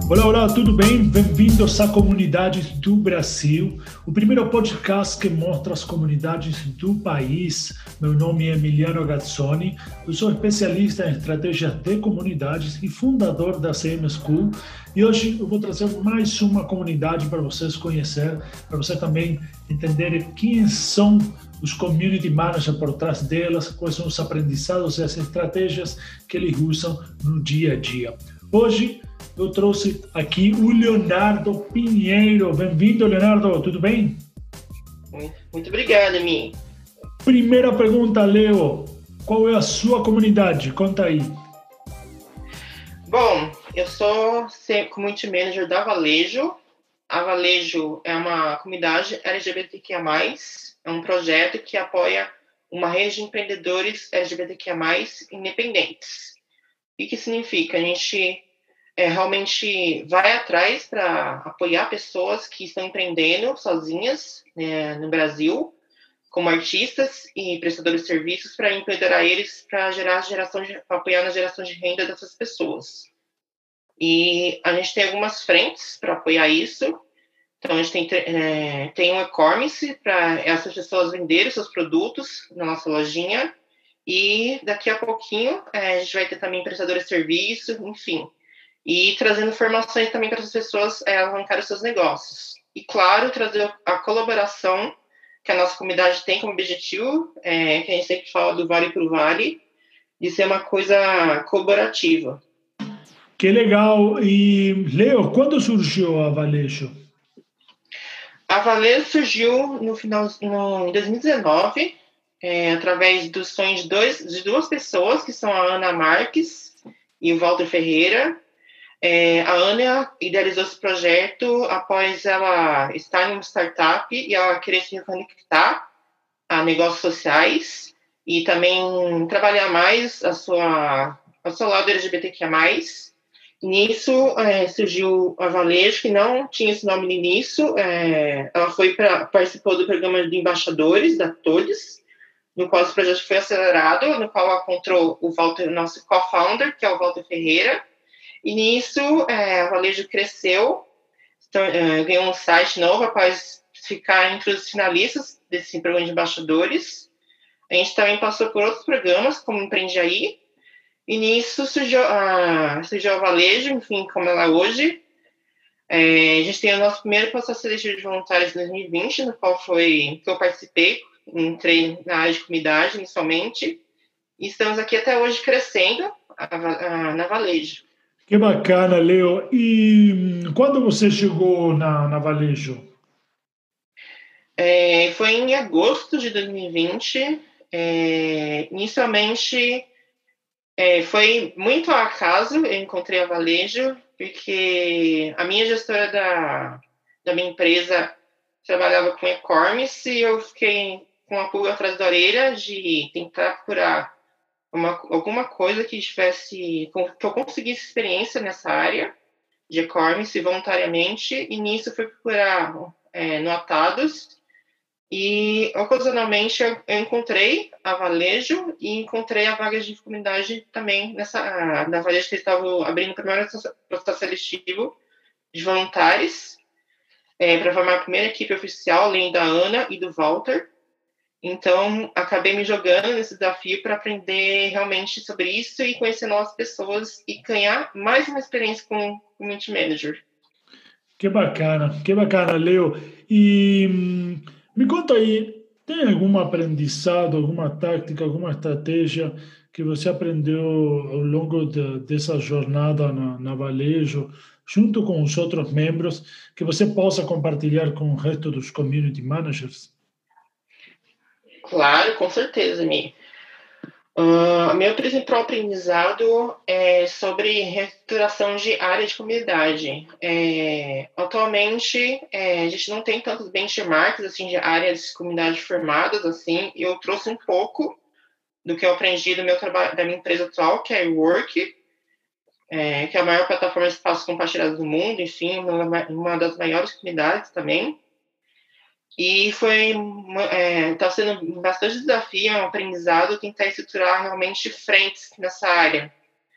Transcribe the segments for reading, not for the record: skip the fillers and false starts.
Olá, olá, tudo bem? Bem-vindos à Comunidades do Brasil, o primeiro podcast que mostra as comunidades do país. Meu nome é Emiliano Gazzoni, eu sou especialista em estratégias de comunidades e fundador da CM School. E hoje eu vou trazer mais uma comunidade para vocês conhecer, para você também entender quem são os community managers por trás delas, quais são os aprendizados e as estratégias que eles usam no dia a dia. Hoje eu trouxe aqui o Leonardo Pinheiro. Bem-vindo, Leonardo, tudo bem? Muito obrigado, Mi. Primeira pergunta, Leo. Qual é a sua comunidade? Conta aí. Bom, eu sou Community Manager da Valejo. A Valejo é uma comunidade LGBTQIA+, é um projeto que apoia uma rede de empreendedores LGBTQIA+, independentes. O que significa? A gente realmente vai atrás para apoiar pessoas que estão empreendendo sozinhas no Brasil, como artistas e prestadores de serviços, para empoderar eles para apoiar na geração de renda dessas pessoas. E a gente tem algumas frentes para apoiar isso. Então, a gente tem um e-commerce para essas pessoas venderem seus produtos na nossa lojinha. E daqui a pouquinho a gente vai ter também prestadores de serviço, enfim. E trazendo informações também para as pessoas alavancarem os seus negócios. E, claro, trazer a colaboração que a nossa comunidade tem como objetivo, que a gente sempre fala do vale para o vale, de ser uma coisa colaborativa. Que legal! E, Leo, quando surgiu a Valejo? A Valejo surgiu em 2019, através dos sonhos de duas pessoas, que são a Ana Marques e o Walter Ferreira. A Ana idealizou esse projeto após ela estar em uma startup e ela querer se reconectar a negócios sociais e também trabalhar mais ao seu lado LGBTQIA+. Nisso surgiu a Valejo, que não tinha esse nome no início. Ela participou do programa de embaixadores da TODES, no qual esse projeto foi acelerado, no qual ela encontrou o Walter, nosso co-founder, que é o Walter Ferreira. E nisso, a Valejo cresceu, ganhou um site novo após ficar entre os finalistas desse programa de embaixadores. A gente também passou por outros programas, como Empreende Aí, e nisso surgiu a Valejo, enfim, como ela é hoje. A gente tem o nosso primeiro processo seletivo de voluntários de 2020, no qual que eu participei, entrei na área de comunidade inicialmente, e estamos aqui até hoje crescendo na Valejo. Que bacana, Leo. E quando você chegou na Valejo? Foi em agosto de 2020. Inicialmente, foi muito ao acaso, eu encontrei a Valejo, porque a minha gestora da minha empresa trabalhava com e-commerce e eu fiquei com uma pulga atrás da orelha de tentar procurar alguma coisa que eu conseguisse experiência nessa área de e-commerce voluntariamente, e nisso fui procurar no Atados, e ocasionalmente eu encontrei a Valejo e encontrei a vaga de comunidade também na Valejo, que estavam abrindo o primeiro processo seletivo de voluntários para formar a primeira equipe oficial, além da Ana e do Walter. Então, acabei me jogando nesse desafio para aprender realmente sobre isso e conhecer novas pessoas e ganhar mais uma experiência como Community Manager. Que bacana, Leo. E me conta aí, tem algum aprendizado, alguma tática, alguma estratégia que você aprendeu ao longo dessa jornada na Valejo, junto com os outros membros, que você possa compartilhar com o resto dos community managers? Claro, com certeza, Mi. Meu principal aprendizado é sobre reestruturação de área de comunidade. Atualmente, a gente não tem tantos benchmarks assim, de áreas de comunidade formadas. Assim. Eu trouxe um pouco do que eu aprendi do meu trabalho, da minha empresa atual, que é a Work, que é a maior plataforma de espaços compartilhados do mundo, enfim, uma das maiores comunidades também. E está sendo bastante desafio, é um aprendizado tentar estruturar realmente frentes nessa área.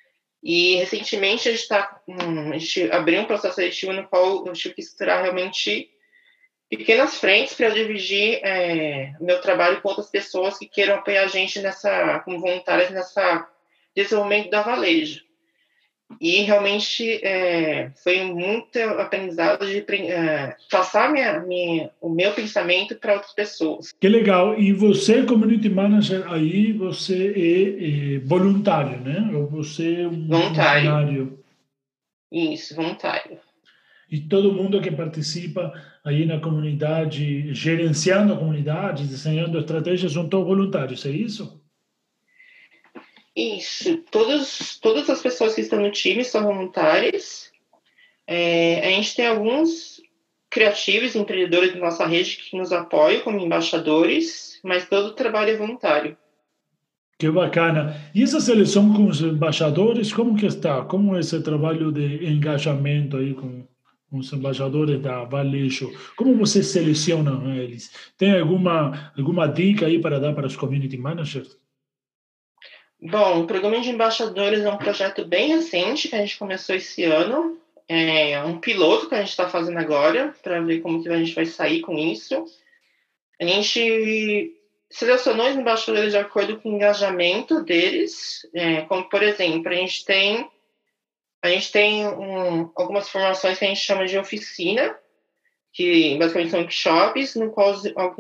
E, recentemente, a gente abriu um processo seletivo no qual eu tive que estruturar realmente pequenas frentes para eu dividir meu trabalho com outras pessoas que queiram apoiar a gente como voluntárias nessa desenvolvimento da Valejo. E realmente foi muito aprendizado de passar o meu pensamento para outras pessoas. Que legal. E você, community manager, aí você é voluntário, né? Ou você é um Voluntário. funcionário? Isso, voluntário. E todo mundo que participa aí na comunidade, gerenciando a comunidade, desenhando estratégias, são todos voluntários, é isso? Isso. Todas as pessoas que estão no time são voluntárias. A gente tem alguns criativos, empreendedores da nossa rede que nos apoiam como embaixadores, mas todo o trabalho é voluntário. Que bacana. E essa seleção com os embaixadores, como que está? Como é esse trabalho de engajamento aí com os embaixadores da Valeixo? Como você seleciona eles? Tem alguma dica aí para dar para os community managers? Bom, o programa de embaixadores é um projeto bem recente que a gente começou esse ano. É um piloto que a gente está fazendo agora para ver como que a gente vai sair com isso. A gente selecionou os embaixadores de acordo com o engajamento deles, como, por exemplo, a gente tem algumas formações que a gente chama de oficina, que basicamente são workshops, no qual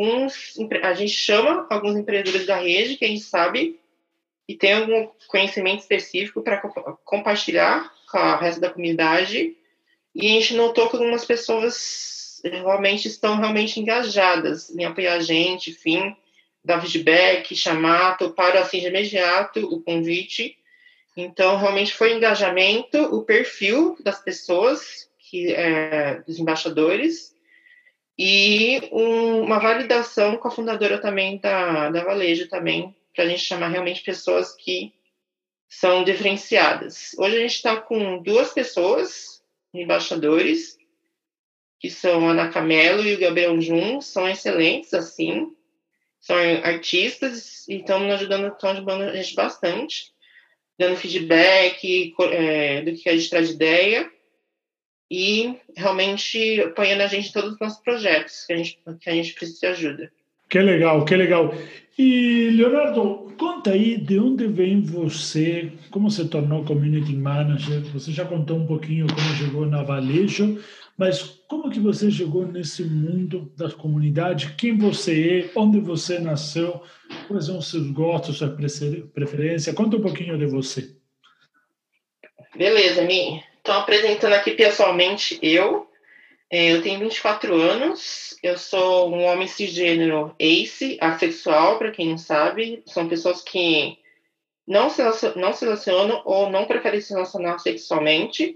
a gente chama alguns empreendedores da rede que a gente sabe e tem algum conhecimento específico para compartilhar com o resto da comunidade. E a gente notou que algumas pessoas estão realmente engajadas em apoiar a gente, enfim, dar feedback, chamar, toparam assim de imediato o convite. Então, realmente foi engajamento, o perfil das pessoas, dos embaixadores, e uma validação com a fundadora também da Valejo também, para a gente chamar realmente pessoas que são diferenciadas. Hoje a gente está com 2 pessoas, embaixadores, que são a Ana Camelo e o Gabriel Jun, são excelentes, assim, são artistas e estão ajudando a gente bastante, dando feedback do que a gente traz de ideia e realmente apoiando a gente em todos os nossos projetos que a gente precisa de ajuda. Que legal, que legal. E, Leonardo, conta aí de onde vem você, como se tornou community manager. Você já contou um pouquinho como chegou na Valejo, mas como que você chegou nesse mundo das comunidades? Quem você é? Onde você nasceu? Quais são os seus gostos, sua preferência? Conta um pouquinho de você. Beleza, Mi. Então, apresentando aqui pessoalmente eu tenho 24 anos, eu sou um homem cisgênero ace, assexual, para quem não sabe. São pessoas que não se relacionam ou não preferem se relacionar sexualmente.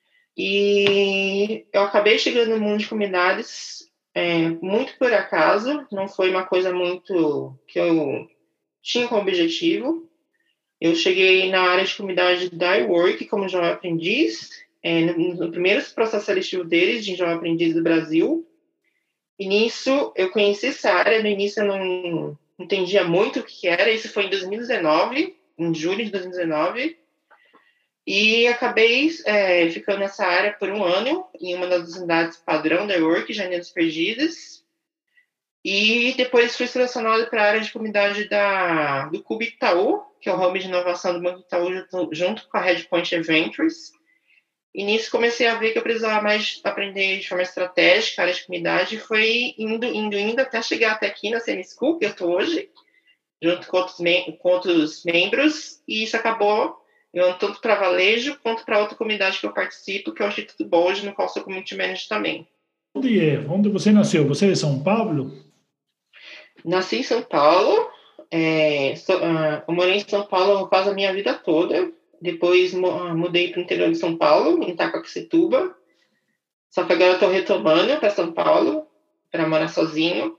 E eu acabei chegando no mundo de comunidades muito por acaso, não foi uma coisa muito que eu tinha como objetivo. Eu cheguei na área de comunidade da iWork como jovem aprendiz, no primeiro processo seletivo deles, de jovem aprendiz do Brasil. E nisso, eu conheci essa área. No início, eu não entendia muito o que era. Isso foi em 2019, em julho de 2019. E acabei ficando nessa área por um ano, em uma das unidades padrão da iWork, Janelas Perdidas. E depois fui selecionado para a área de comunidade do Cubo Itaú, que é o hub de inovação do Banco Itaú, junto com a Redpoint Ventures. E nisso comecei a ver que eu precisava mais aprender de forma estratégica a área de comunidade, e foi indo até chegar até aqui na CM School, que eu estou hoje, junto com outros membros, e isso acabou indo tanto para Valejo quanto para outra comunidade que eu participo, que é o Instituto Bolge, no qual sou Community Manager também. Onde você nasceu? Você é de São Paulo? Nasci em São Paulo, eu morei em São Paulo quase a minha vida toda. Depois mudei para o interior de São Paulo, em Itacoaxetuba. Só que agora eu estou retomando para São Paulo, para morar sozinho.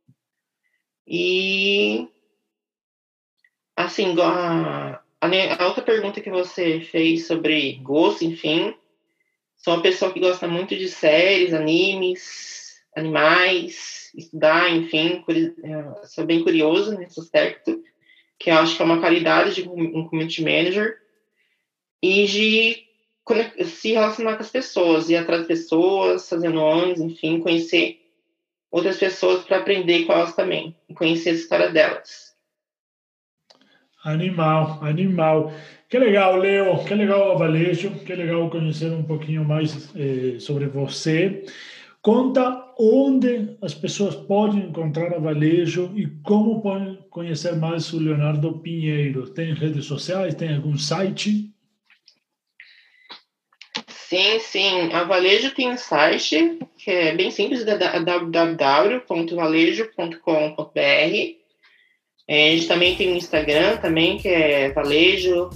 E, assim, a outra pergunta que você fez sobre gosto, enfim, sou uma pessoa que gosta muito de séries, animes, animais, estudar, enfim, sou bem curioso nesse aspecto, que eu acho que é uma qualidade de um community manager. e de se relacionar com as pessoas, ir atrás de pessoas, fazendo ONGs, enfim, conhecer outras pessoas para aprender com elas também, e conhecer a história delas. Animal, animal. Que legal, Leo, que legal, Valejo, que legal conhecer um pouquinho mais sobre você. Conta onde as pessoas podem encontrar a Valejo e como podem conhecer mais o Leonardo Pinheiro. Tem redes sociais, tem algum site? Sim. A Valejo tem um site que é bem simples, www.valejo.com.br. A gente também tem um Instagram também, que é Valejo,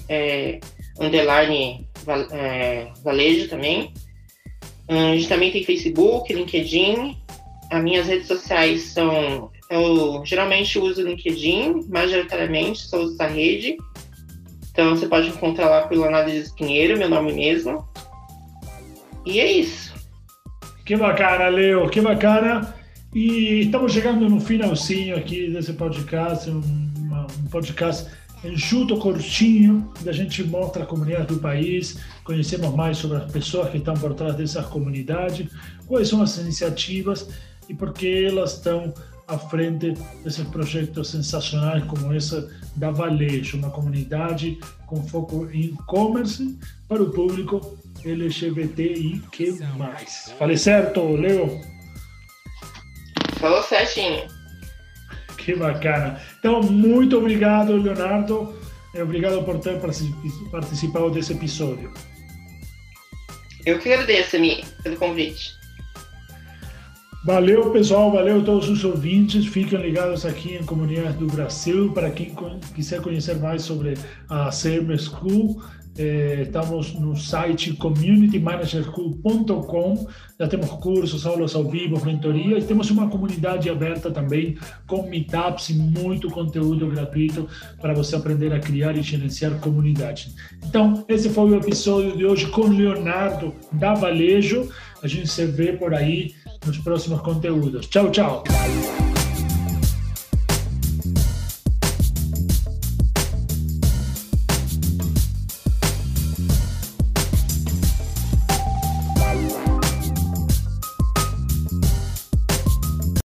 Valejo também. A gente também tem Facebook, LinkedIn. As minhas redes sociais são... Eu geralmente uso o LinkedIn, majoritariamente, só uso essa rede. Então você pode encontrar lá pelo Leonardo Pinheiro, meu nome mesmo. E é isso. Que bacana, Leo, que bacana. E estamos chegando no finalzinho aqui desse podcast, um podcast enxuto, curtinho, da gente mostra a comunidade do país, conhecemos mais sobre as pessoas que estão por trás dessas comunidades, quais são as iniciativas e por que elas estão à frente desses projetos sensacionais como essa da Valejo, uma comunidade com foco em e-commerce para o público LGBTIQ+. Falei certo, Leo? Falou certinho. Que bacana. Então, muito obrigado, Leonardo. Obrigado por ter participado desse episódio. Eu que agradeço, Mi, pelo convite. Valeu, pessoal. Valeu a todos os ouvintes. Fiquem ligados aqui em Comunidade do Brasil. Para quem quiser conhecer mais sobre a CM School, estamos no site communitymanagerschool.com. Já temos cursos, aulas ao vivo, mentoria, e temos uma comunidade aberta também com meetups e muito conteúdo gratuito para você aprender a criar e gerenciar comunidades. Então, esse foi o episódio de hoje com Leonardo da Valejo. A gente se vê por aí nos próximos conteúdos. Tchau, tchau!